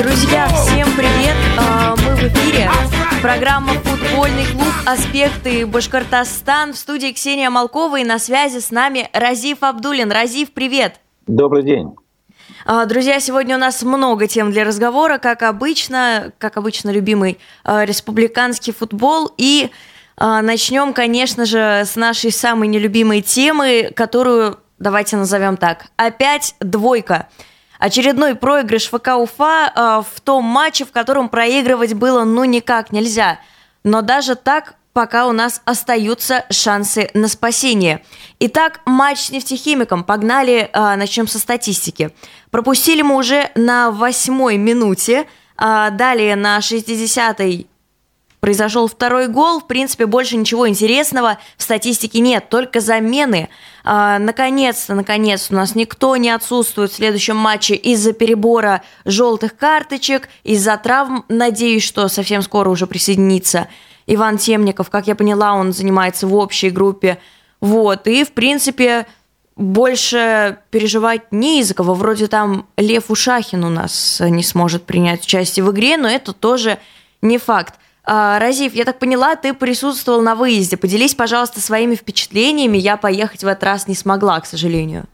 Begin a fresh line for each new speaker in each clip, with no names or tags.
Друзья, всем привет! Мы в эфире. Программа «Футбольный клуб. Аспекты Башкортостан». В студии Ксения Малкова, и на связи с нами Разиф Абдуллин. Разиф, привет!
Добрый день!
Друзья, сегодня у нас много тем для разговора, как обычно любимый республиканский футбол. И начнем, конечно же, с нашей самой нелюбимой темы, которую, давайте назовем так, опять двойка. Очередной проигрыш ФК Уфа в том матче, в котором проигрывать было никак нельзя. Но даже так пока у нас остаются шансы на спасение. Итак, матч с «Нефтехимиком». Погнали, начнем со статистики. Пропустили мы уже на 8-й минуте. Далее на 60-й произошел второй гол. В принципе, больше ничего интересного в статистике нет, только замены. Наконец-то у нас никто не отсутствует в следующем матче из-за перебора желтых карточек, из-за травм. Надеюсь, что совсем скоро уже присоединится Иван Темников. Как я поняла, он занимается в общей группе. И, в принципе, больше переживать не из-за кого. Вроде там Лев Ушахин у нас не сможет принять участие в игре, но это тоже не факт. Разиф, я так поняла, ты присутствовал на выезде. Поделись, пожалуйста, своими впечатлениями. Я поехать в этот раз не смогла, к сожалению.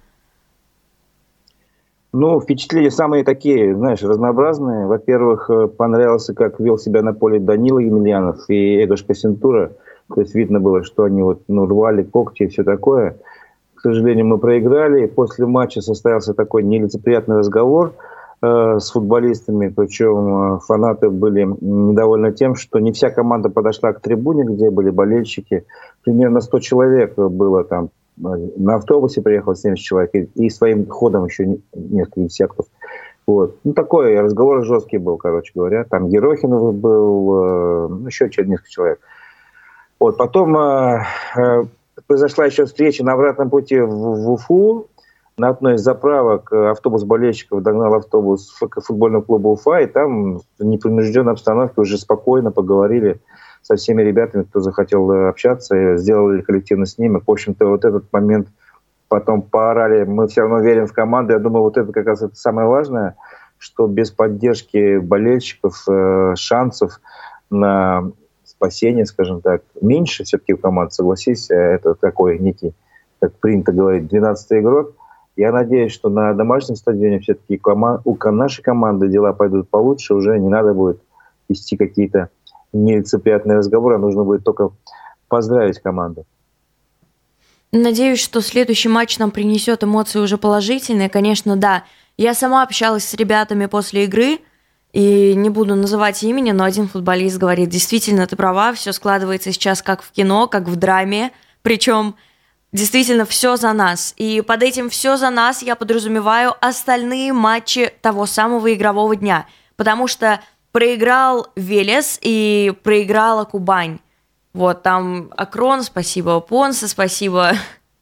Впечатления самые такие, разнообразные. Во-первых, понравилось, как вел себя на поле Данила Емельянов и Эгош Касентура. То есть видно было, что они рвали когти и все такое. К сожалению, мы проиграли. После матча состоялся такой нелицеприятный разговор с футболистами, причем фанаты были недовольны тем, что не вся команда подошла к трибуне, где были болельщики. Примерно 100 человек было там. На автобусе приехало 70 человек, и своим ходом еще несколько десятков. Такой разговор жесткий был, короче говоря. Там Ерохин был, еще несколько человек. Потом произошла еще встреча на обратном пути в Уфу. На одной из заправок автобус болельщиков догнал автобус футбольного клуба Уфа, и там в непринужденной обстановке уже спокойно поговорили со всеми ребятами, кто захотел общаться, и сделали коллективный снимок. В общем-то, этот момент потом поорали. Мы все равно верим в команду. Я думаю, это как раз это самое важное, что без поддержки болельщиков шансов на спасение, скажем так, меньше все-таки у команд. Согласись, это такой некий, как принято говорить, 12-й игрок. Я надеюсь, что на домашнем стадионе все-таки у нашей команды дела пойдут получше, уже не надо будет вести какие-то нелицеприятные разговоры, нужно будет только поздравить команду.
Надеюсь, что следующий матч нам принесет эмоции уже положительные. Конечно, да. Я сама общалась с ребятами после игры, и не буду называть имени, но один футболист говорит: действительно, ты права, все складывается сейчас как в кино, как в драме, причем действительно все за нас. И под этим все за нас я подразумеваю остальные матчи того самого игрового дня, потому что проиграл Велес и проиграла Кубань. Там Акрон, спасибо, Понсе, спасибо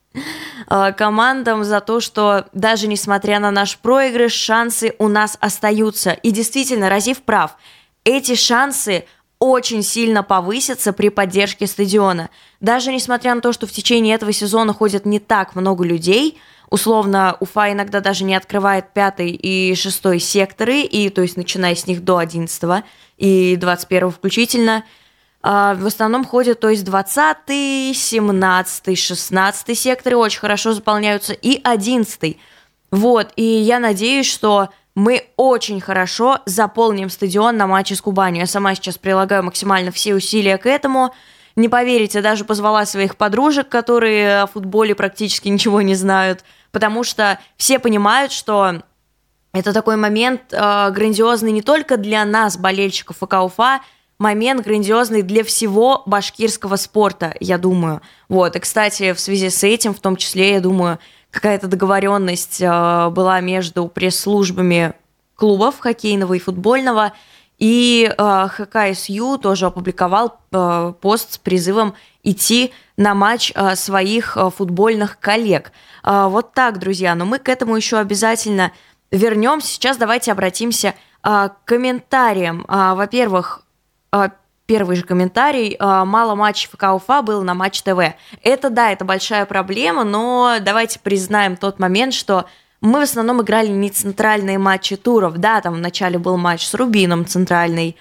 командам за то, что даже несмотря на наш проигрыш, шансы у нас остаются. И действительно, Разиф прав. Эти шансы очень сильно повысятся при поддержке стадиона. Даже несмотря на то, что в течение этого сезона ходит не так много людей, условно, Уфа иногда даже не открывает 5-й и 6-й секторы, и, то есть начиная с них до 11-го и 21-го включительно, в основном ходят, то есть 20-й, 17-й, 16-й секторы очень хорошо заполняются, и 11-й. И я надеюсь, что мы очень хорошо заполним стадион на матче с Кубанью. Я сама сейчас прилагаю максимально все усилия к этому. Не поверите, даже позвала своих подружек, которые о футболе практически ничего не знают, потому что все понимают, что это такой момент грандиозный не только для нас, болельщиков ФК Уфа, момент грандиозный для всего башкирского спорта, я думаю. И, кстати, в связи с этим, в том числе, я думаю, какая-то договоренность была между пресс-службами клубов хоккейного и футбольного, и ХКСЮ тоже опубликовал пост с призывом идти на матч своих футбольных коллег. Так, друзья, но мы к этому еще обязательно вернемся. Сейчас давайте обратимся к комментариям. Во-первых, первый же комментарий. Мало матчей ФК Уфа было на Матч ТВ. Это большая проблема, но давайте признаем тот момент, что мы в основном играли не центральные матчи туров. Да, там вначале был матч с Рубином центральный,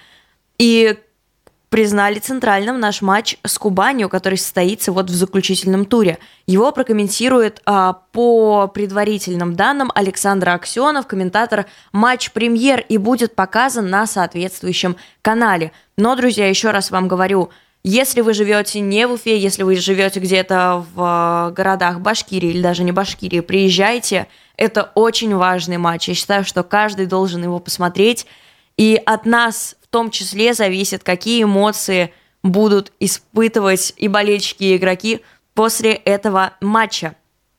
и признали центральным наш матч с Кубанью, который состоится вот в заключительном туре. Его прокомментирует по предварительным данным Александр Аксенов, комментатор «Матч Премьер», и будет показан на соответствующем канале. Но, друзья, еще раз вам говорю, если вы живете не в Уфе, если вы живете где-то в городах Башкирии или даже не Башкирии, приезжайте. Это очень важный матч. Я считаю, что каждый должен его посмотреть. И от нас в том числе зависит, какие эмоции будут испытывать и болельщики, и игроки после этого матча.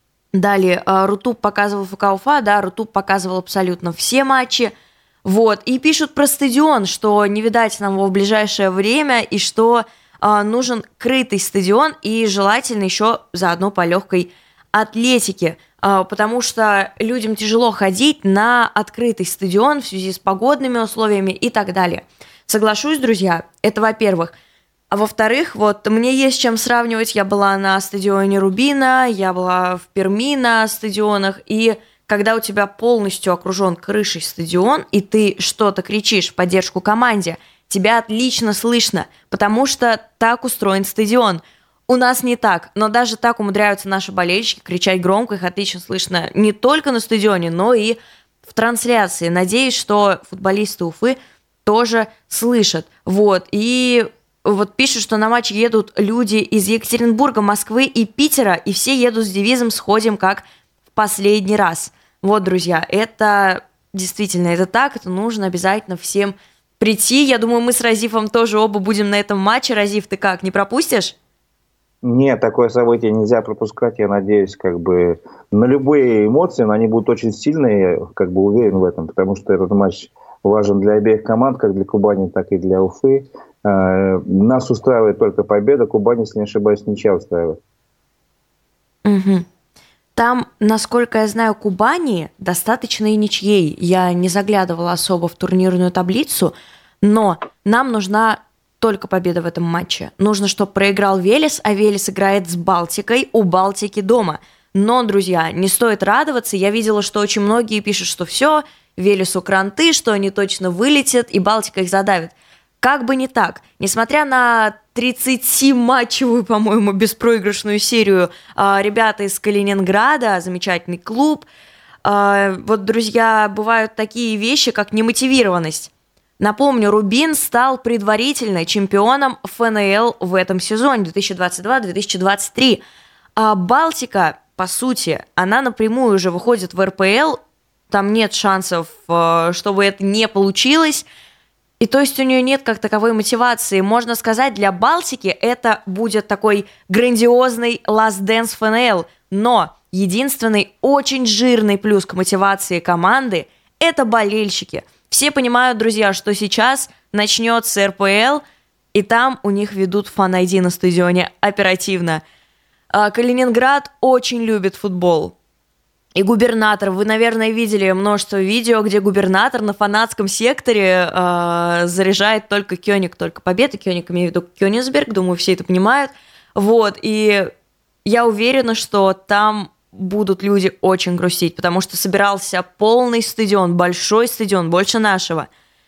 Далее, Рутуб показывал ФК Уфа, да, Рутуб показывал абсолютно все матчи. Вот, и пишут про стадион, что не видать нам его в ближайшее время, и что нужен крытый стадион, и желательно еще заодно по легкой атлетике, потому что людям тяжело ходить на открытый стадион в связи с погодными условиями и так далее. Соглашусь, друзья, это во-первых. А во-вторых, вот мне есть чем сравнивать. Я была на стадионе Рубина, я была в Перми на стадионах, и когда у тебя полностью окружен крышей стадион, и ты что-то кричишь в поддержку команде, тебя отлично слышно, потому что так устроен стадион. У нас не так, но даже так умудряются наши болельщики кричать громко, их отлично слышно не только на стадионе, но и в трансляции. Надеюсь, что футболисты Уфы тоже слышат. Вот, и вот пишут, что на матч едут люди из Екатеринбурга, Москвы и Питера, и все едут с девизом «Сходим как в последний раз». Вот, друзья, это действительно, это так, это нужно обязательно всем прийти. Я думаю, мы с Разифом тоже оба будем на этом матче. Разиф, ты как, не пропустишь?
Нет, такое событие нельзя пропускать. Я надеюсь, как бы на любые эмоции, но они будут очень сильные, как бы уверен в этом, потому что этот матч важен для обеих команд, как для Кубани, так и для Уфы. Нас устраивает только победа, Кубань, если не ошибаюсь, ничья устраивает.
Угу. Там, насколько я знаю, Кубани достаточно и ничьей. Я не заглядывала особо в турнирную таблицу, но нам нужна только победа в этом матче. Нужно, чтобы проиграл Велес, а Велес играет с Балтикой, у Балтики дома. Но, друзья, не стоит радоваться. Я видела, что очень многие пишут, что все, Велесу кранты, что они точно вылетят, и Балтика их задавит. Как бы не так. Несмотря на 30-матчевую, по-моему, беспроигрышную серию, ребята из Калининграда, замечательный клуб, вот, друзья, бывают такие вещи, как немотивированность. Напомню, Рубин стал предварительно чемпионом ФНЛ в этом сезоне 2022-2023. А Балтика, по сути, она напрямую уже выходит в РПЛ, там нет шансов, чтобы это не получилось. И то есть у нее нет как таковой мотивации. Можно сказать, для Балтики это будет такой грандиозный Last Dance ФНЛ. Но единственный очень жирный плюс к мотивации команды – это болельщики. Все понимают, друзья, что сейчас начнется РПЛ, и там у них ведут фан-айди на стадионе оперативно. Калининград очень любит футбол. И губернатор, вы, наверное, видели множество видео, где губернатор на фанатском секторе заряжает только Кёник, только победы. Кёник, имею в виду Кёнигсберг, думаю, все это понимают. Вот, и я уверена, что там будут люди очень грустить, потому что собирался полный стадион, большой стадион, больше нашего.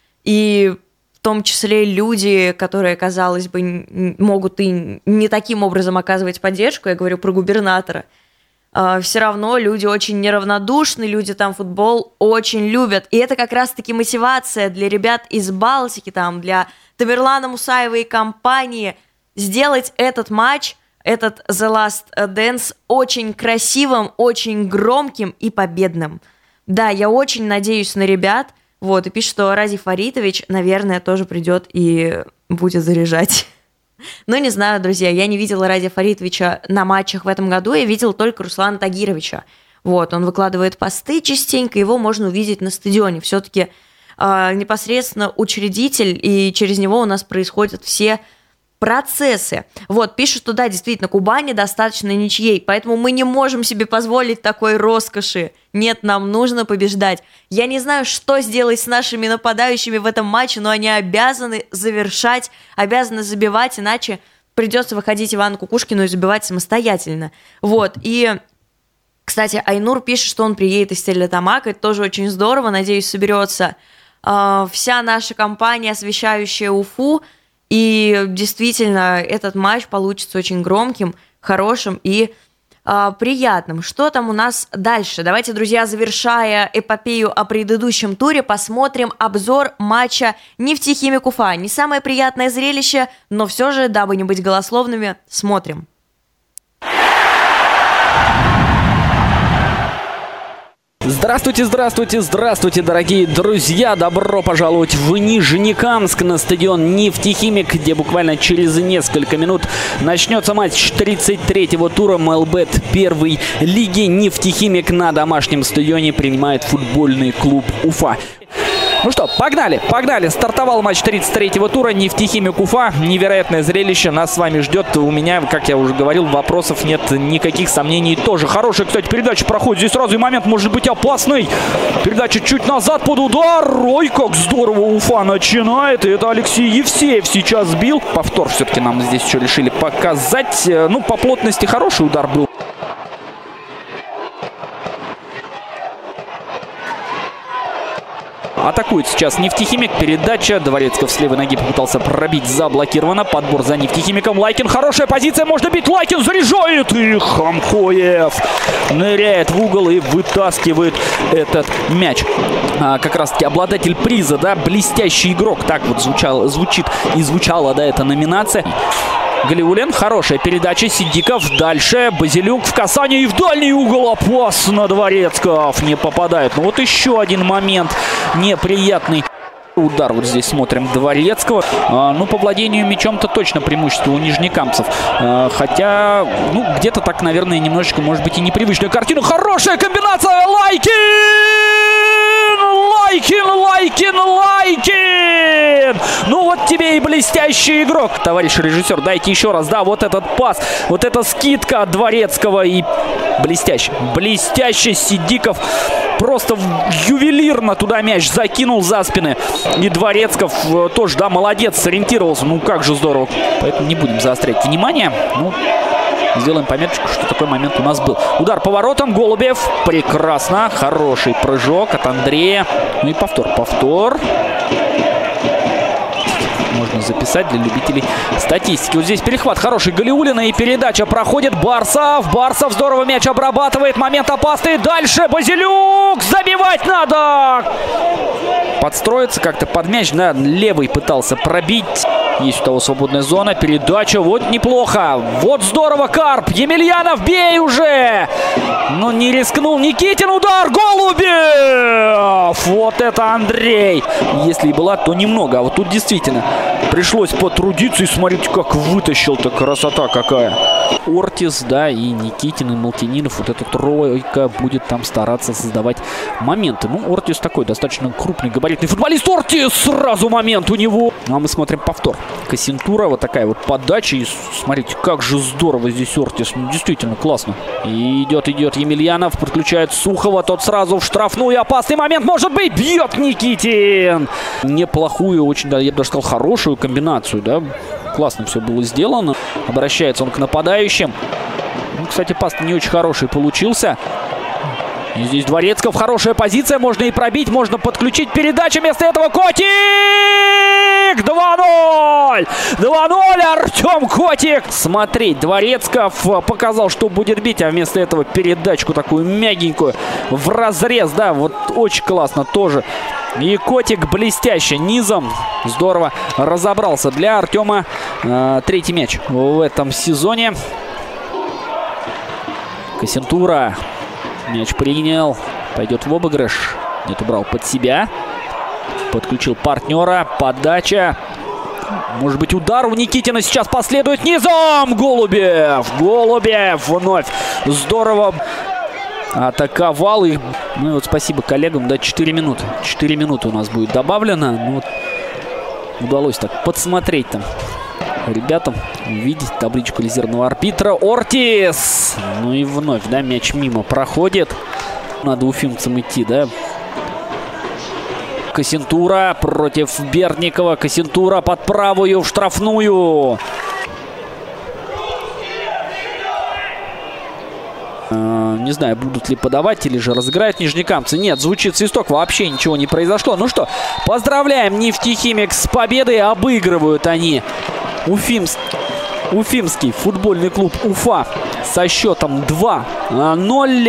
И в том числе люди, которые, казалось бы, могут и не таким образом оказывать поддержку, я говорю про губернатора, все равно люди очень неравнодушны, люди там футбол очень любят. И это как раз-таки мотивация для ребят из Балтики, там, для Тамерлана Мусаева и компании сделать этот матч, этот The Last Dance очень красивым, очень громким и победным. Да, я очень надеюсь на ребят. Вот, и пишет, что Рази Фаритович, наверное, тоже придет и будет заряжать. Но не знаю, друзья, я не видела Ради Фаритовича на матчах в этом году, я видела только Руслана Тагировича. Вот, он выкладывает посты частенько, его можно увидеть на стадионе. Все-таки непосредственно учредитель, и через него у нас происходят все процессы. Вот, пишут, что да, действительно, Кубани достаточно ничьей, поэтому мы не можем себе позволить такой роскоши. Нет, нам нужно побеждать. Я не знаю, что сделать с нашими нападающими в этом матче, но они обязаны завершать, обязаны забивать, иначе придется выходить Ивану Кукушкину и забивать самостоятельно. Вот, и, к Кстати, Айнур пишет, что он приедет из Стерлитамака, это тоже очень здорово, надеюсь, соберется вся наша компания, освещающая Уфу, и действительно этот матч получится очень громким, хорошим и приятным. Что там у нас дальше? Давайте, друзья, завершая эпопею о предыдущем туре, посмотрим обзор матча «Нефтехимик Уфа». Не самое приятное зрелище, но все же, дабы не быть голословными, смотрим.
Здравствуйте, здравствуйте, здравствуйте, дорогие друзья! Добро пожаловать в Нижнекамск на стадион «Нефтехимик», где буквально через несколько минут начнется матч 33-го тура МЛБ первой лиги. «Нефтехимик» на домашнем стадионе принимает футбольный клуб Уфа. Ну что, погнали. Стартовал матч 33-го тура. «Нефтехимик Уфа». Невероятное зрелище нас с вами ждет. У меня, как я уже говорил, вопросов нет, никаких сомнений тоже. Хорошая, кстати, передача проходит. Здесь сразу и момент может быть опасный. Передача чуть назад под удар. Ой, как здорово Уфа начинает. И это Алексей Евсеев сейчас сбил. Повтор все-таки нам здесь еще решили показать. Ну, по плотности хороший удар был. Атакует сейчас «Нефтехимик». Передача. Дворецков с левой ноги попытался пробить. Заблокировано. Подбор за «Нефтехимиком». Лайкин. Хорошая позиция. Можно бить. Лайкин заряжает. И Хамкоев ныряет в угол и вытаскивает этот мяч. Как раз таки обладатель приза, да, блестящий игрок. Так вот звучала, да, эта номинация. Галиуллин. Хорошая передача. Сидиков. Дальше. Базилюк в касании и в дальний угол. Опасно. Дворецков не попадает. Ну вот еще один момент неприятный. Удар вот здесь смотрим Дворецкого. Ну, по владению мячом-то точно преимущество у нижнекамцев. Хотя, ну, где-то так, наверное, немножечко, может быть, и непривычная картина. Хорошая комбинация! Лайкин! Ну, вот тебе и блестящий игрок. Товарищ режиссер, дайте еще раз. Да, вот этот пас, вот эта скидка от Дворецкого и блестяще Сидиков. Просто ювелирно туда мяч закинул за спины. И Дворецков тоже, да, молодец, сориентировался. Ну, как же здорово. Поэтому не будем заострять внимание. Ну, сделаем пометочку, что такой момент у нас был. Удар поворотом. Голубев. Прекрасно. Хороший прыжок от Андрея. Ну и повтор. Можно записать для любителей статистики. Вот здесь перехват хороший Галиуллина. И передача проходит. Барсов здорово мяч обрабатывает. Момент опасный. Дальше Базилюк. Забивать надо. Подстроиться как-то под мяч. Да, левый пытался пробить. Есть у того свободная зона. Передача. Вот неплохо. Вот здорово. Карп. Емельянов. Бей уже. Но не рискнул. Никитин. Удар. Голубев. Вот это Андрей. Если и была, то немного. А вот тут действительно пришлось потрудиться. И смотрите, как вытащил-то. Красота какая. Ортис, да, и Никитин, и Малтининов. Вот эта тройка будет там стараться создавать моменты. Ну, Ортис такой достаточно крупный, габаритный футболист. Ортис! Сразу момент у него. Ну, а мы смотрим повтор. Кассентура, вот такая вот подача. И смотрите, как же здорово здесь Ортис. Ну, действительно классно. И идет Емельянов, подключает Сухова. Тот сразу в штрафную. Опасный момент может быть. Бьет Никитин. Неплохую, очень, да, я бы даже сказал, хорошую комбинацию, да. Классно все было сделано. Обращается он к нападающим. Ну, кстати, пас не очень хороший получился. И здесь Дворецков. Хорошая позиция. Можно и пробить, можно подключить. Передача вместо этого. Котик! 2-0! 2-0! Артем Котик! Смотреть. Дворецков показал, что будет бить. А вместо этого передачку такую мягенькую. В разрез. Да, вот очень классно тоже. И Котик блестяще низом. Здорово разобрался для Артема. Третий мяч в этом сезоне. Кассентура. Мяч принял. Пойдет в обыгрыш. Нет, убрал под себя. Подключил партнера. Подача. Может быть, удар у Никитина сейчас последует низом. Голубев вновь. Здорово атаковал их. Ну и вот спасибо коллегам. Да, 4 минуты. 4 минуты у нас будет добавлено. Ну, вот удалось так подсмотреть там ребятам, увидеть табличку резервного арбитра. Ортис! Ну и вновь, да, мяч мимо проходит. Надо уфимцам идти, да. Кассентура против Бердникова. Кассентура под правую в штрафную. Не знаю, будут ли подавать или же разыграют нижнекамцы. Нет, звучит свисток, вообще ничего не произошло. Ну что, поздравляем Нефтехимик с победой. Обыгрывают они Уфимский футбольный клуб Уфа со счетом 2-0.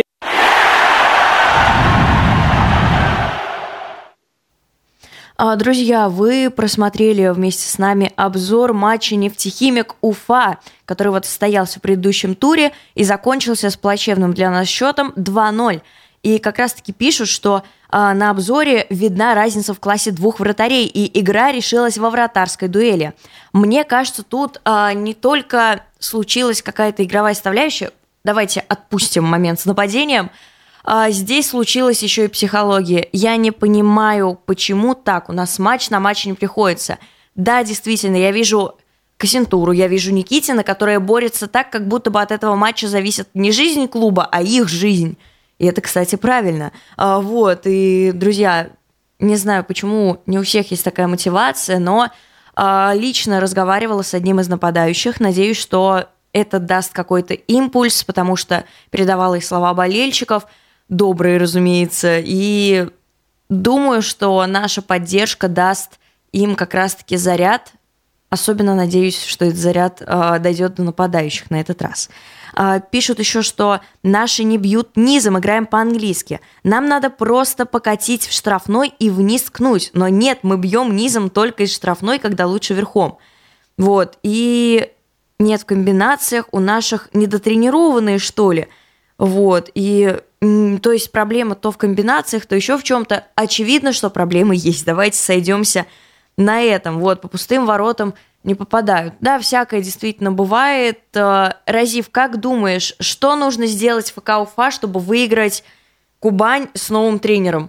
Друзья, вы просмотрели вместе с нами обзор матча «Нефтехимик Уфа», который вот состоялся в предыдущем туре и закончился с плачевным для нас счетом 2-0. И как раз-таки пишут, что на обзоре видна разница в классе двух вратарей, и игра решилась во вратарской дуэли. Мне кажется, тут не только случилась какая-то игровая составляющая, давайте отпустим момент с нападением, здесь случилась еще и психология. Я не понимаю, почему так. У нас матч на матч не приходится. Да, действительно, я вижу Косентуру, я вижу Никитина, которая борется так, как будто бы от этого матча зависит не жизнь клуба, а их жизнь. И это, кстати, правильно. Вот, и, друзья, не знаю, почему не у всех есть такая мотивация, но лично разговаривала с одним из нападающих. Надеюсь, что это даст какой-то импульс, потому что передавала их слова болельщиков, добрые, разумеется, и думаю, что наша поддержка даст им как раз-таки заряд. Особенно надеюсь, что этот заряд дойдет до нападающих на этот раз. Пишут еще, что наши не бьют низом, играем по-английски. Нам надо просто покатить в штрафной и вниз ткнуть. Но нет, мы бьем низом только из штрафной, когда лучше верхом. Вот, и нет, в комбинациях у наших недотренированные, что ли. Вот, и то есть проблема то в комбинациях, то еще в чем-то. Очевидно, что проблемы есть. Давайте сойдемся на этом. Вот, по пустым воротам не попадают. Да, всякое действительно бывает. Разив, как думаешь, что нужно сделать ФК Уфа, чтобы выиграть Кубань с новым тренером?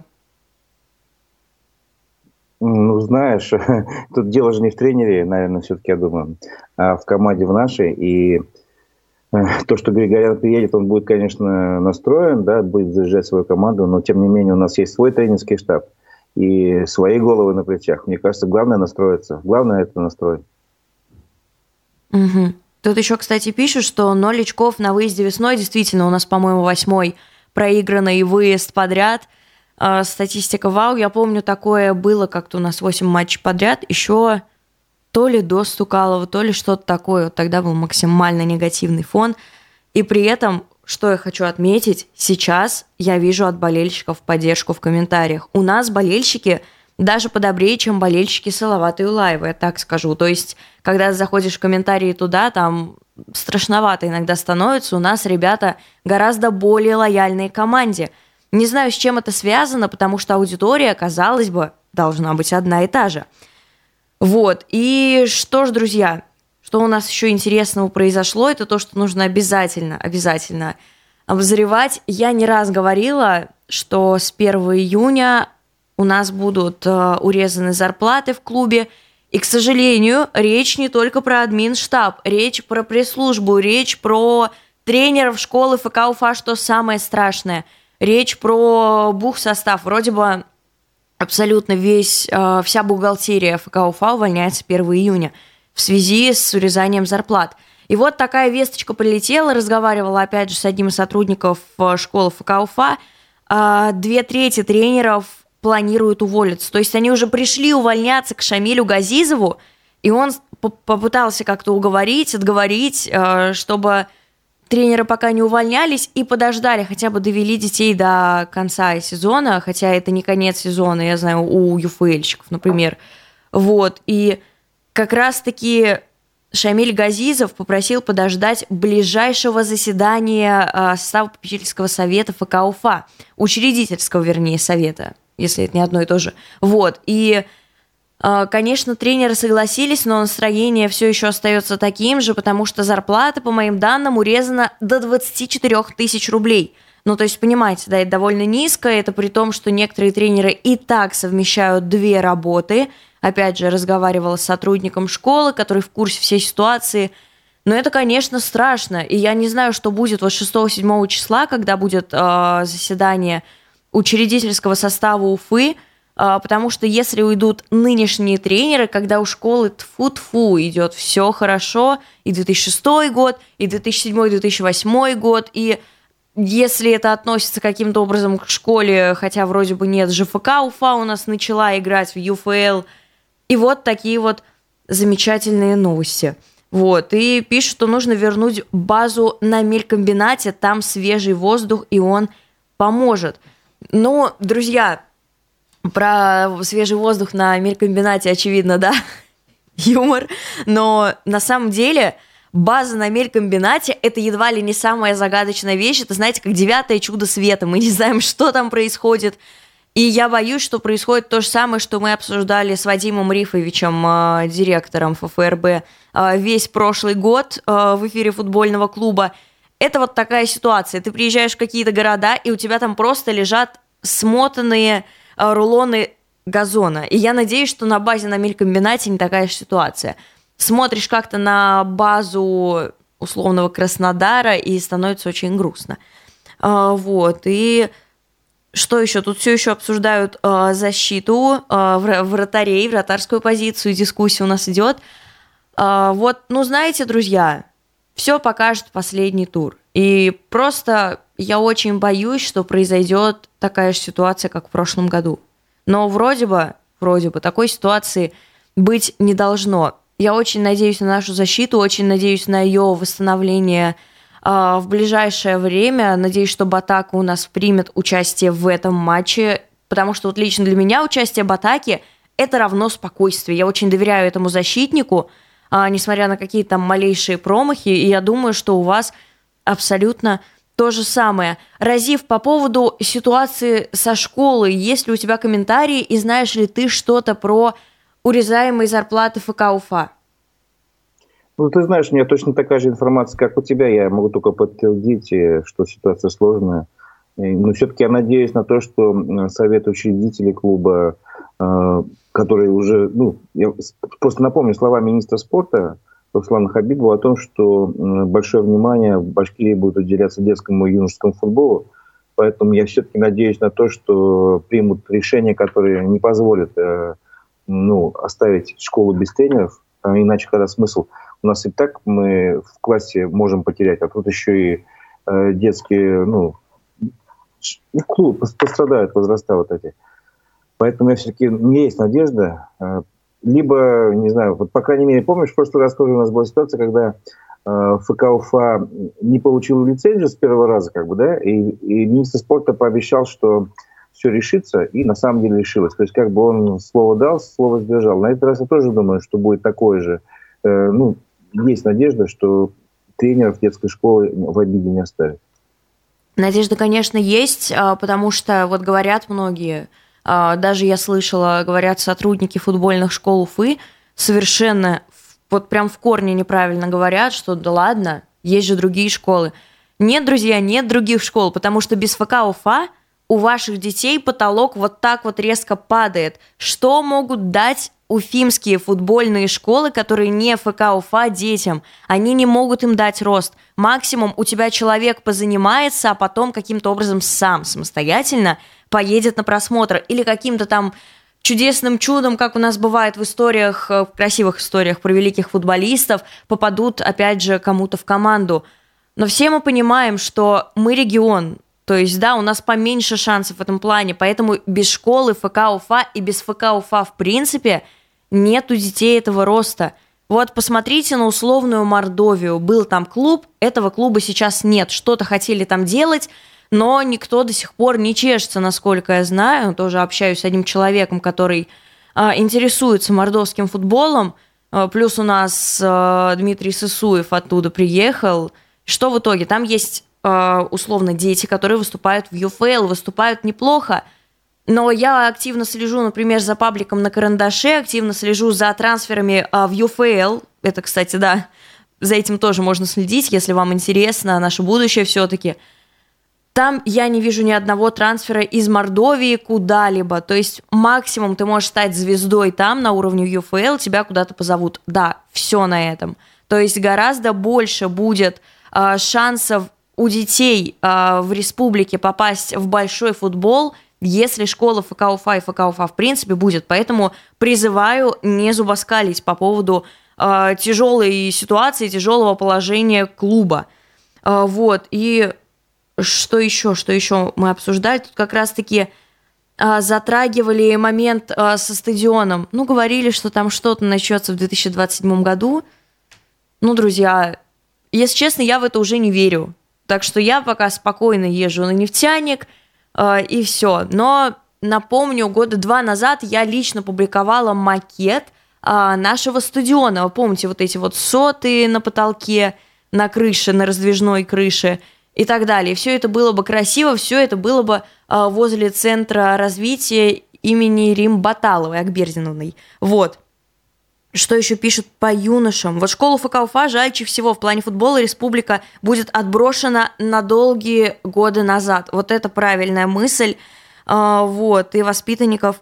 Ну, знаешь, тут дело же не в тренере, наверное, все-таки, я думаю, а в команде в нашей. И то, что Григорян приедет, он будет, конечно, настроен, да, будет заряжать свою команду, но, тем не менее, у нас есть свой тренерский штаб и свои головы на плечах. Мне кажется, главное настроиться. Главное – это настрой.
Угу. Тут еще, кстати, пишут, что 0 очков на выезде весной. Действительно, у нас, по-моему, 8-й проигранный выезд подряд. Статистика вау. Я помню, такое было как-то у нас 8 матчей подряд. Еще то ли до Стукалова, то ли что-то такое. Вот тогда был максимально негативный фон. И при этом, что я хочу отметить, сейчас я вижу от болельщиков поддержку в комментариях. У нас болельщики даже подобрее, чем болельщики Салавата Юлаева, я так скажу. То есть, когда заходишь в комментарии туда, там страшновато иногда становится. У нас ребята гораздо более лояльные к команде. Не знаю, с чем это связано, потому что аудитория, казалось бы, должна быть одна и та же. Вот, и что ж, друзья, что у нас еще интересного произошло, это то, что нужно обязательно обозревать. Я не раз говорила, что с 1 июня у нас будут урезаны зарплаты в клубе, и, к сожалению, речь не только про админштаб, речь про пресс-службу, речь про тренеров школы ФК Уфа, что самое страшное, речь про бухсостав. Вроде бы абсолютно вся бухгалтерия ФК Уфа увольняется 1 июня в связи с урезанием зарплат. И вот такая весточка прилетела, разговаривала опять же с одним из сотрудников школы ФК Уфа. 2/3 тренеров планируют уволиться. То есть они уже пришли увольняться к Шамилю Газизову, и он попытался как-то отговорить, чтобы тренеры пока не увольнялись и подождали, хотя бы довели детей до конца сезона, хотя это не конец сезона, я знаю, у ЮФЛьщиков, например. Вот, и как раз-таки Шамиль Газизов попросил подождать ближайшего заседания состава попечительского совета ФК Уфа, учредительского, вернее, совета, если это не одно и то же. Вот, и, конечно, тренеры согласились, но настроение все еще остается таким же, потому что зарплата, по моим данным, урезана до 24 тысяч рублей. Ну, то есть, понимаете, да, это довольно низко, это при том, что некоторые тренеры и так совмещают 2 работы. Опять же, разговаривала с сотрудником школы, который в курсе всей ситуации. Но это, конечно, страшно. И я не знаю, что будет вот 6-7 числа, когда будет заседание учредительского состава Уфы, потому что если уйдут нынешние тренеры, когда у школы тфу-тфу идет все хорошо, и 2006 год, и 2007-2008 год, и если это относится каким-то образом к школе, хотя вроде бы нет, ЖФК Уфа у нас начала играть в ЮФЛ. И вот такие вот замечательные новости. Вот, и пишут, что нужно вернуть базу на мелькомбинате, там свежий воздух, и он поможет. Ну, друзья, про свежий воздух на мелькомбинате, очевидно, да, юмор, но на самом деле база на мелькомбинате – это едва ли не самая загадочная вещь, это, знаете, как 9-е чудо света, мы не знаем, что там происходит. И я боюсь, что происходит то же самое, что мы обсуждали с Вадимом Рифовичем, директором ФФРБ, весь прошлый год в эфире футбольного клуба. Это вот такая ситуация. Ты приезжаешь в какие-то города, и у тебя там просто лежат смотанные рулоны газона. И я надеюсь, что на базе на мелькомбинате не такая же ситуация. Смотришь как-то на базу условного Краснодара, и становится очень грустно. Вот, и... Что еще? Тут все еще обсуждают защиту вратарей, вратарскую позицию, дискуссия у нас идет. Вот, ну, знаете, друзья, все покажет последний тур. И просто я очень боюсь, что произойдет такая же ситуация, как в прошлом году. Но вроде бы такой ситуации быть не должно. Я очень надеюсь на нашу защиту, очень надеюсь на ее восстановление в ближайшее время. Надеюсь, что Батака у нас примет участие в этом матче, потому что вот лично для меня участие Батаки – это равно спокойствие. Я очень доверяю этому защитнику, несмотря на какие-то там малейшие промахи, и я думаю, что у вас абсолютно то же самое. Разив, по поводу ситуации со школой, есть ли у тебя комментарии, и знаешь ли ты что-то про урезаемые зарплаты ФК Уфа?
Ну, ты знаешь, у меня точно такая же информация, как у тебя. Я могу только подтвердить, что ситуация сложная. Но все-таки я надеюсь на то, что совет учредителей клуба, который уже... Ну, я просто напомню слова министра спорта Руслана Хабибова о том, что большое внимание в Башкирии будет уделяться детскому и юношескому футболу. Поэтому я все-таки надеюсь на то, что примут решение, которое не позволит оставить школу без тренеров. Иначе когда смысл? У нас и так мы в классе можем потерять, а тут еще и детские, клуб пострадают возраста вот эти. Поэтому у меня есть надежда. Либо, не знаю, вот по крайней мере, помнишь, в прошлый раз тоже у нас была ситуация, когда ФК Уфа не получил лицензию с первого раза, и министр спорта пообещал, что все решится, и на самом деле решилось. То есть он слово дал, слово сдержал. На этот раз я тоже думаю, что будет такое же. Есть надежда, что тренеров детской школы в обиде не оставят.
Надежда, конечно, есть, потому что вот говорят многие, даже я слышала, говорят сотрудники футбольных школ Уфы, совершенно вот прям в корне неправильно говорят, что да ладно, есть же другие школы. Нет, друзья, нет других школ, потому что без ФК Уфа у ваших детей потолок вот так вот резко падает. Что могут дать уфимские футбольные школы, которые не ФК Уфа детям? Они не могут им дать рост. Максимум у тебя человек позанимается, а потом каким-то образом сам самостоятельно поедет на просмотр. Или каким-то там чудесным чудом, как у нас бывает в историях, в красивых историях про великих футболистов, попадут, опять же, кому-то в команду. Но все мы понимаем, что мы регион. То есть, да, у нас поменьше шансов в этом плане, поэтому без школы ФК Уфа и без ФК Уфа в принципе нет у детей этого роста. Вот посмотрите на условную Мордовию. Был там клуб, этого клуба сейчас нет. Что-то хотели там делать, но никто до сих пор не чешется, насколько я знаю. Тоже общаюсь с одним человеком, который интересуется мордовским футболом. Плюс у нас Дмитрий Сысуев оттуда приехал. Что в итоге? Там есть условно дети, которые выступают в ЮФЛ, выступают неплохо. Но я активно слежу, например, за пабликом на Карандаше, активно слежу за трансферами в ЮФЛ. Это, кстати, да, за этим тоже можно следить, если вам интересно, наше будущее все-таки. Там я не вижу ни одного трансфера из Мордовии куда-либо. То есть максимум ты можешь стать звездой там на уровне ЮФЛ, тебя куда-то позовут. Да, все на этом. То есть гораздо больше будет шансов у детей в республике попасть в большой футбол, если школа ФК Уфа и ФК Уфа в принципе будет. Поэтому призываю не зубоскалить по поводу тяжелой ситуации, тяжелого положения клуба. Вот. И что еще мы обсуждали? Тут как раз-таки затрагивали момент со стадионом. Говорили, что там что-то начнется в 2027 году. Друзья, если честно, я в это уже не верю. Так что я пока спокойно езжу на «Нефтяник», и все. Но напомню, 2 года назад я лично публиковала макет нашего стадиона. Вы помните, вот эти вот соты на потолке, на крыше, на раздвижной крыше и так далее. Все это было бы красиво, все это было бы возле Центра развития имени Рим Баталовой, Акберзиновой. Вот. Что еще пишут по юношам? Вот школу ФК Уфа жальче всего в плане футбола республика будет отброшена на долгие годы назад. Вот это правильная мысль. Вот. И воспитанников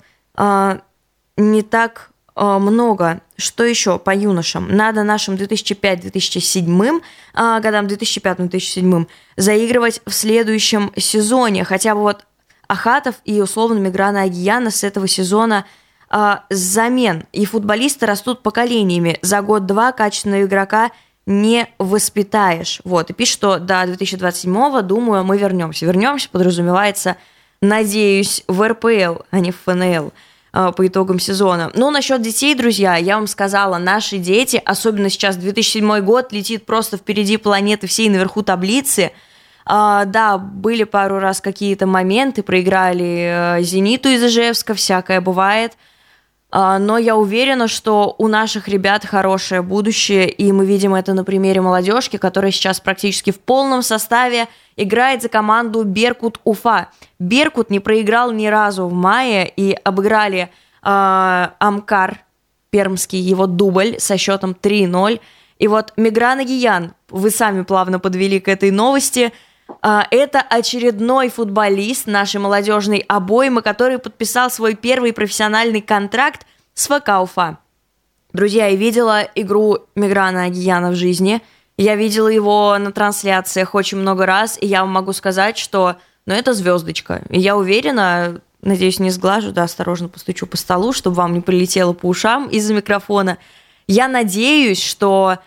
не так много. Что еще по юношам? Надо нашим 2005-2007 годам, 2005-2007 заигрывать в следующем сезоне. Хотя бы вот Ахатов и условно Миграна Агияна с этого сезона замен. И футболисты растут поколениями. За год-два качественного игрока не воспитаешь. Вот. И пишет, что до 2027-го, думаю, мы вернемся. Вернемся, подразумевается, надеюсь, в РПЛ, а не в ФНЛ по итогам сезона. Насчет детей, друзья, я вам сказала, наши дети, особенно сейчас 2007 год, летит просто впереди планеты всей наверху таблицы. Да, были пару раз какие-то моменты, проиграли «Зениту» из Ижевска, всякое бывает. Но я уверена, что у наших ребят хорошее будущее, и мы видим это на примере молодежки, которая сейчас практически в полном составе играет за команду «Беркут Уфа». «Беркут» не проиграл ни разу в мае, и обыграли Амкар Пермский, его дубль со счетом 3-0. И вот Мигран Агиян, вы сами плавно подвели к этой новости, это очередной футболист нашей молодежной обоймы, который подписал свой первый профессиональный контракт с ФК Уфа. Друзья, я видела игру Миграна Агияна в жизни, я видела его на трансляциях очень много раз, и я вам могу сказать, что это звездочка. И я уверена, надеюсь, не сглажу, осторожно постучу по столу, чтобы вам не прилетело по ушам из-за микрофона. Я надеюсь, что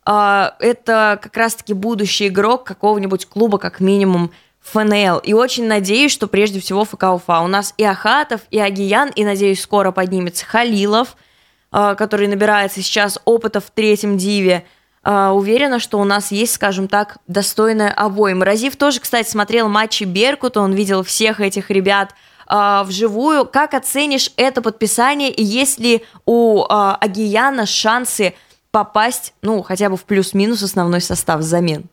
это как раз-таки будущий игрок какого-нибудь клуба, как минимум ФНЛ. И очень надеюсь, что прежде всего ФК Уфа. У нас и Ахатов, и Агиян, и, надеюсь, скоро поднимется Халилов, который набирается сейчас опыта в 3-м диве. Уверена, что у нас есть, скажем так, достойная обойма. Разив тоже, кстати, смотрел матчи Беркута, он видел всех этих ребят вживую. Как оценишь это подписание, и есть ли у Агияна шансы попасть, хотя бы в плюс-минус основной состав замен?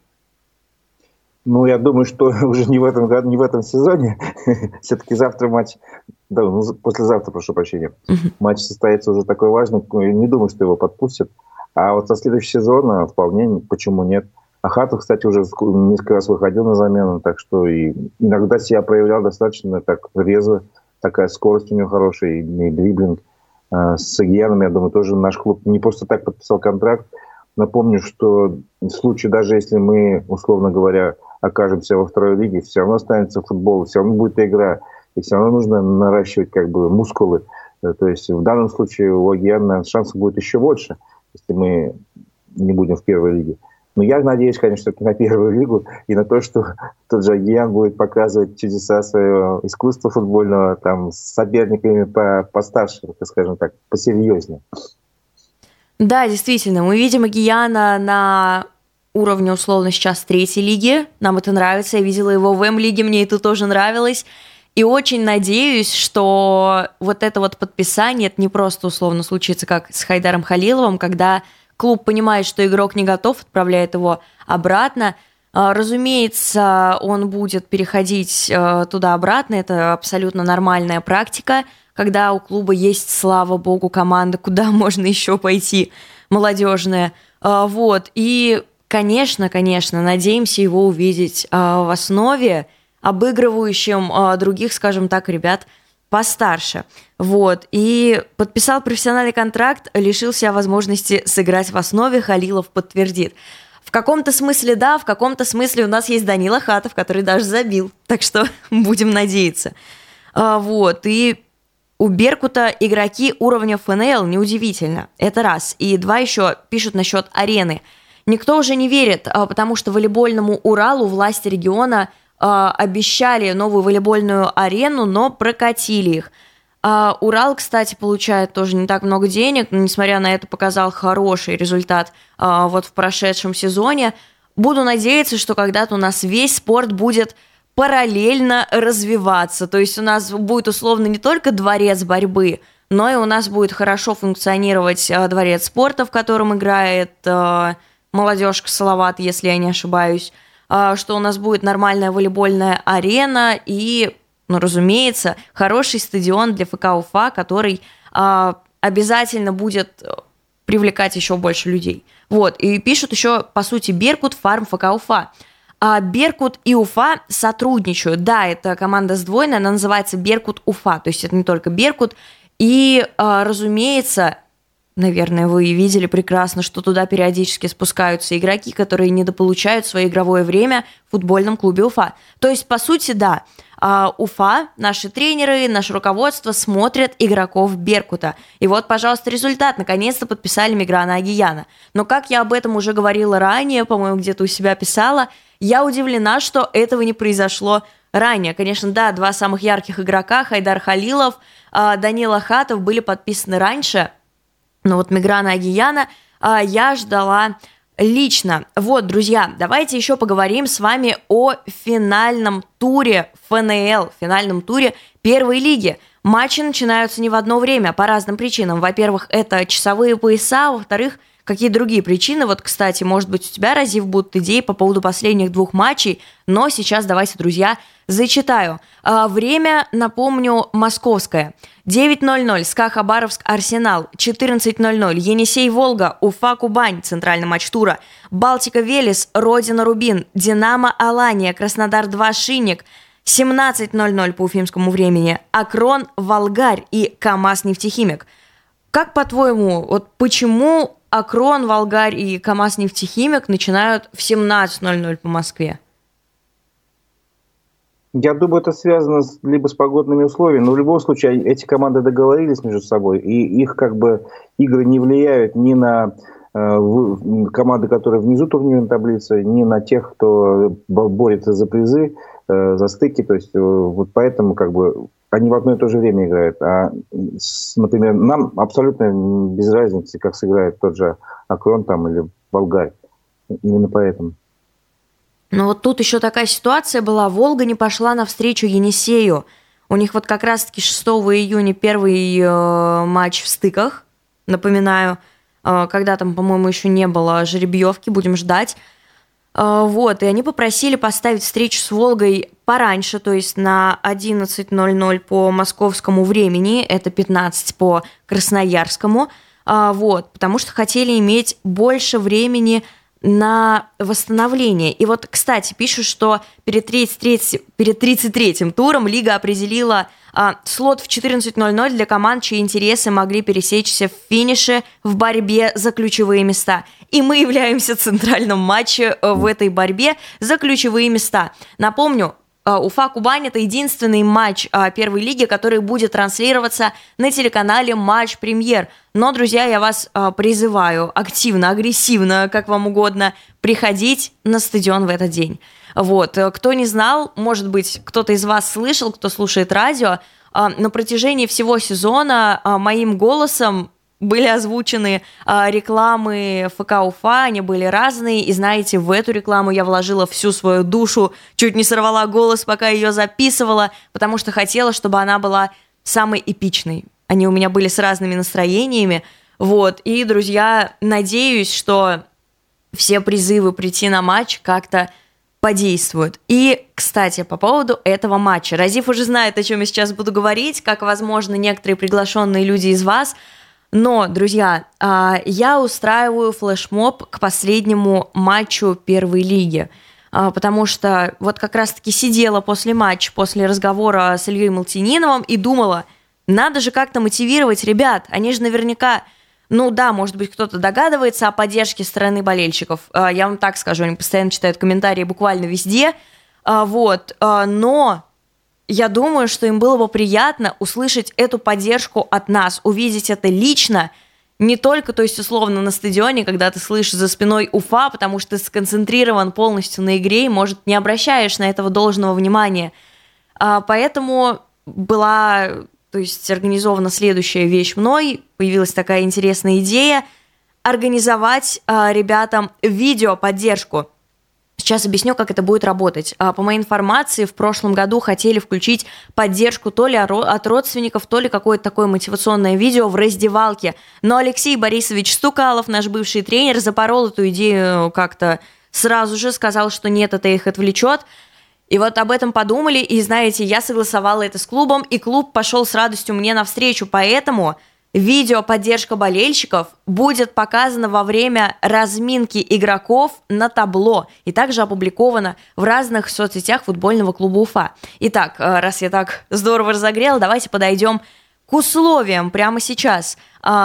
Я думаю, что уже не в этом году, не в этом сезоне. Все-таки завтра матч, послезавтра, прошу прощения, матч состоится уже такой важный. Не думаю, что его подпустят. А вот со следующего сезона вполне, почему нет. Ахатов, кстати, уже несколько раз выходил на замену, так что и иногда себя проявлял достаточно так резво. Такая скорость у него хорошая, и дриблинг. С Агияном, я думаю, тоже наш клуб не просто так подписал контракт. Напомню, что в случае, даже если мы, условно говоря, окажемся во второй лиге, все равно останется футбол, все равно будет игра, и все равно нужно наращивать мускулы. То есть в данном случае у Агияна шансов будет еще больше, если мы не будем в первой лиге. Но я надеюсь, конечно, на первую лигу и на то, что тот же Агиян будет показывать чудеса своего искусства футбольного с соперниками постарше, скажем так, посерьезнее.
Да, действительно, мы видим Агияна на уровне, условно, сейчас 3-й лиги. Нам это нравится. Я видела его в М-лиге, мне это тоже нравилось. И очень надеюсь, что вот это вот подписание, это не просто условно случится, как с Хайдаром Халиловым, когда клуб понимает, что игрок не готов, отправляет его обратно. Разумеется, он будет переходить туда-обратно, это абсолютно нормальная практика, когда у клуба есть, слава богу, команда, куда можно еще пойти, молодежная. Вот. И, конечно, надеемся его увидеть в основе, обыгрывающим других, скажем так, ребят постарше. Вот. И подписал профессиональный контракт, лишил себя возможности сыграть в основе, Халилов подтвердит. В каком-то смысле да, в каком-то смысле у нас есть Данил Ахатов, который даже забил. Так что будем надеяться. Вот. И у Беркута игроки уровня ФНЛ, неудивительно. Это раз. И два еще пишут насчет арены. Никто уже не верит, потому что волейбольному Уралу власти региона обещали новую волейбольную арену, но прокатили их. Урал, кстати, получает тоже не так много денег, но, несмотря на это, показал хороший результат вот в прошедшем сезоне. Буду надеяться, что когда-то у нас весь спорт будет параллельно развиваться. То есть у нас будет условно не только дворец борьбы, но и у нас будет хорошо функционировать дворец спорта, в котором играет молодежка Салават, если я не ошибаюсь, что у нас будет нормальная волейбольная арена и, ну, разумеется, хороший стадион для ФК Уфа, который обязательно будет привлекать еще больше людей. Вот, и пишут еще, по сути, Беркут, Фарм, ФК Уфа. Беркут и Уфа сотрудничают. Да, это команда сдвоенная, она называется Беркут Уфа, то есть это не только Беркут. И, разумеется, наверное, вы видели прекрасно, что туда периодически спускаются игроки, которые недополучают свое игровое время в футбольном клубе Уфа. То есть, по сути, да, Уфа, наши тренеры, наше руководство смотрят игроков Беркута. И вот, пожалуйста, результат. Наконец-то подписали Миграна Агияна. Но, как я об этом уже говорила ранее, по-моему, где-то у себя писала, я удивлена, что этого не произошло ранее. Конечно, да, два самых ярких игрока, Хайдар Халилов, Данил Ахатов, были подписаны раньше. Но вот Миграна Агияна я ждала лично. Вот, друзья, давайте еще поговорим с вами о финальном туре ФНЛ, финальном туре первой лиги. Матчи начинаются не в одно время, по разным причинам. Во-первых, это часовые пояса, во-вторых, какие другие причины. Вот, кстати, может быть, у тебя, Разив, будут идеи по поводу последних двух матчей, но сейчас давайте, друзья, зачитаю. Время, напомню, московское. 9:00 СКА Хабаровск Арсенал, 14:00 Енисей Волга, Уфа Кубань, центральный матч тура, Балтика Велес, Родина Рубин, Динамо Алания, Краснодар 2 Шинник, 17:00 по уфимскому времени Акрон Волгарь и КамАЗ Нефтехимик. Как, по-твоему, вот почему Акрон, Волгарь и КамАЗ Нефтехимик начинают в 17:00 по Москве?
Я думаю, это связано либо с погодными условиями, но в любом случае эти команды договорились между собой, и их как бы игры не влияют ни на команды, которые внизу турнирной таблицы, ни на тех, кто борется за призы, за стыки. То есть вот поэтому как бы они в одно и то же время играют. Например, нам абсолютно без разницы, как сыграет тот же Акрон там или Волгарь. Именно поэтому.
Но вот тут еще такая ситуация была. Волга не пошла навстречу Енисею. У них вот как раз-таки 6 июня первый матч в стыках, напоминаю, когда там, по-моему, еще не было жеребьевки, будем ждать. Вот, и они попросили поставить встречу с Волгой пораньше, то есть на 11:00 по московскому времени, это 15 по красноярскому, вот, потому что хотели иметь больше времени на восстановление. И вот, кстати, пишут, что перед 33-м туром Лига определила слот в 14:00 для команд, чьи интересы могли пересечься в финише в борьбе за ключевые места. И мы являемся центральным матчем в этой борьбе за ключевые места. Напомню, Уфа-Кубань – это единственный матч первой лиги, который будет транслироваться на телеканале «Матч Премьер». Но, друзья, я вас призываю активно, агрессивно, как вам угодно, приходить на стадион в этот день. Вот. Кто не знал, может быть, кто-то из вас слышал, кто слушает радио, на протяжении всего сезона моим голосом были озвучены рекламы ФК Уфа, они были разные, и знаете, в эту рекламу я вложила всю свою душу, чуть не сорвала голос, пока ее записывала, потому что хотела, чтобы она была самой эпичной. Они у меня были с разными настроениями, вот, и, друзья, надеюсь, что все призывы прийти на матч как-то подействуют. И, кстати, по поводу этого матча. Разив уже знает, о чем я сейчас буду говорить, как, возможно, некоторые приглашенные люди из вас. Но, друзья, я устраиваю флешмоб к последнему матчу первой лиги, потому что вот как раз-таки сидела после матча, после разговора с Ильей Малтининовым и думала, надо же как-то мотивировать ребят, они же наверняка, ну да, может быть, кто-то догадывается о поддержке стороны болельщиков, я вам так скажу, они постоянно читают комментарии буквально везде, вот, но... Я думаю, что им было бы приятно услышать эту поддержку от нас, увидеть это лично, не только, то есть условно на стадионе, когда ты слышишь за спиной Уфа, потому что ты сконцентрирован полностью на игре и, может, не обращаешь на этого должного внимания. Поэтому была, то есть, организована следующая вещь мной, появилась такая интересная идея организовать ребятам видеоподдержку. Сейчас объясню, как это будет работать. По моей информации, в прошлом году хотели включить поддержку то ли от родственников, то ли какое-то такое мотивационное видео в раздевалке. Но Алексей Борисович Стукалов, наш бывший тренер, запорол эту идею как-то сразу же, сказал, что нет, это их отвлечет. И вот об этом подумали, и, знаете, я согласовала это с клубом, и клуб пошел с радостью мне навстречу, поэтому видеоподдержка болельщиков будет показана во время разминки игроков на табло и также опубликована в разных соцсетях футбольного клуба Уфа. Итак, раз я так здорово разогрела, давайте подойдем к условиям прямо сейчас.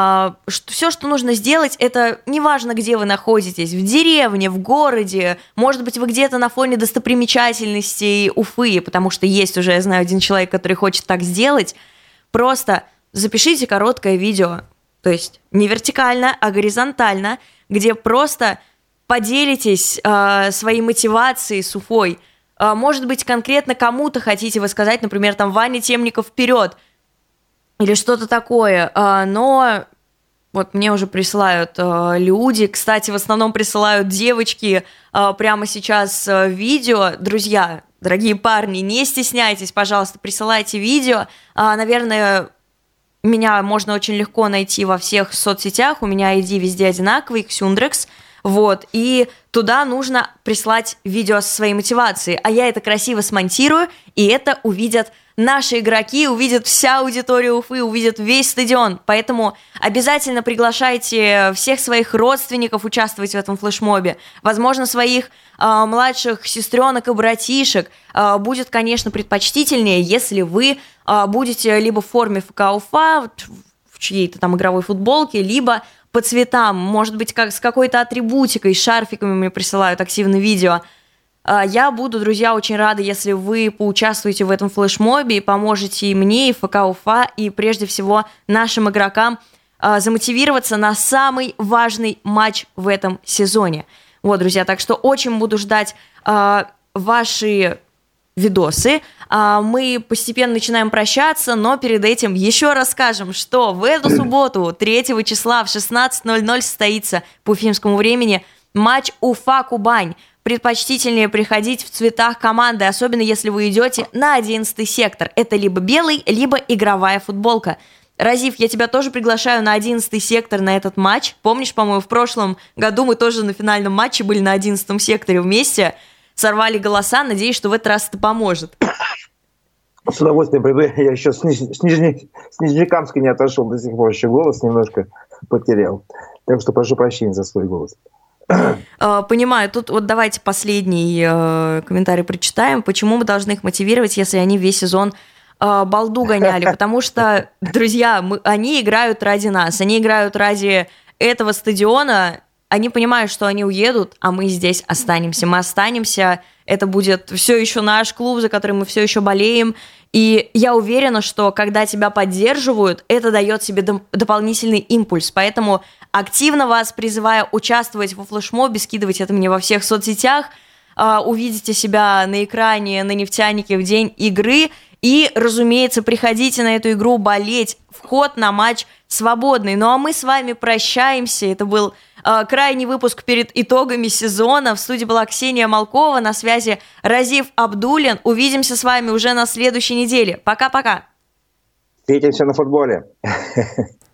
Все, что нужно сделать, это неважно, где вы находитесь, в деревне, в городе, может быть, вы где-то на фоне достопримечательностей Уфы, потому что есть уже, я знаю, один человек, который хочет так сделать, просто запишите короткое видео, то есть не вертикально, а горизонтально, где просто поделитесь своей мотивацией с Уфой. Может быть, конкретно кому-то хотите вы сказать, например, там Ваня Темников вперед, или что-то такое, но вот мне уже присылают люди, кстати, в основном присылают девочки прямо сейчас видео. Друзья, дорогие парни, не стесняйтесь, пожалуйста, присылайте видео. Наверное, меня можно очень легко найти во всех соцсетях, у меня ID везде одинаковый, Ксюндрекс, вот, и туда нужно прислать видео со своей мотивацией, а я это красиво смонтирую, и это увидят наши игроки, увидят вся аудитория Уфы, увидят весь стадион, поэтому обязательно приглашайте всех своих родственников участвовать в этом флешмобе, возможно, своих младших сестренок и братишек. Будет, конечно, предпочтительнее, если вы будете либо в форме ФК Уфа, в чьей-то там игровой футболке, либо по цветам, может быть, как с какой-то атрибутикой, с шарфиками мне присылают активно видео. Я буду, друзья, очень рада, если вы поучаствуете в этом флешмобе и поможете и мне, и ФК Уфа, и прежде всего нашим игрокам замотивироваться на самый важный матч в этом сезоне. Вот, друзья, так что очень буду ждать ваши видосы. Мы постепенно начинаем прощаться, но перед этим еще раз скажем, что в эту субботу, 3 числа в 16:00 состоится по уфимскому времени матч Уфа-Кубань. Предпочтительнее приходить в цветах команды, особенно если вы идете на 11-й сектор. Это либо белый, либо игровая футболка. Разив, я тебя тоже приглашаю на 11-й сектор на этот матч. Помнишь, по-моему, в прошлом году мы тоже на финальном матче были на 11-м секторе вместе, сорвали голоса. Надеюсь, что в этот раз это поможет.
С удовольствием приду. Я еще с Нижнекамска не отошел, до сих пор еще голос немножко потерял. Так что прошу прощения за свой голос.
Понимаю. Тут вот давайте последний комментарий прочитаем. Почему мы должны их мотивировать, если они весь сезон балду гоняли? Потому что, друзья, они играют ради нас, они играют ради этого стадиона. Они понимают, что они уедут, а мы здесь останемся. Мы останемся, это будет все еще наш клуб, за который мы все еще болеем. И я уверена, что когда тебя поддерживают, это дает себе дополнительный импульс. Поэтому активно вас призываю участвовать во флешмобе, скидывать это мне во всех соцсетях. Увидите себя на экране на «Нефтянике» в день игры. И, разумеется, приходите на эту игру болеть. Вход на матч свободный. Ну а мы с вами прощаемся. Это был крайний выпуск перед итогами сезона. В студии была Ксения Малкова, на связи Разив Абдуллин. Увидимся с вами уже на следующей неделе. Пока-пока.
Встретимся на футболе.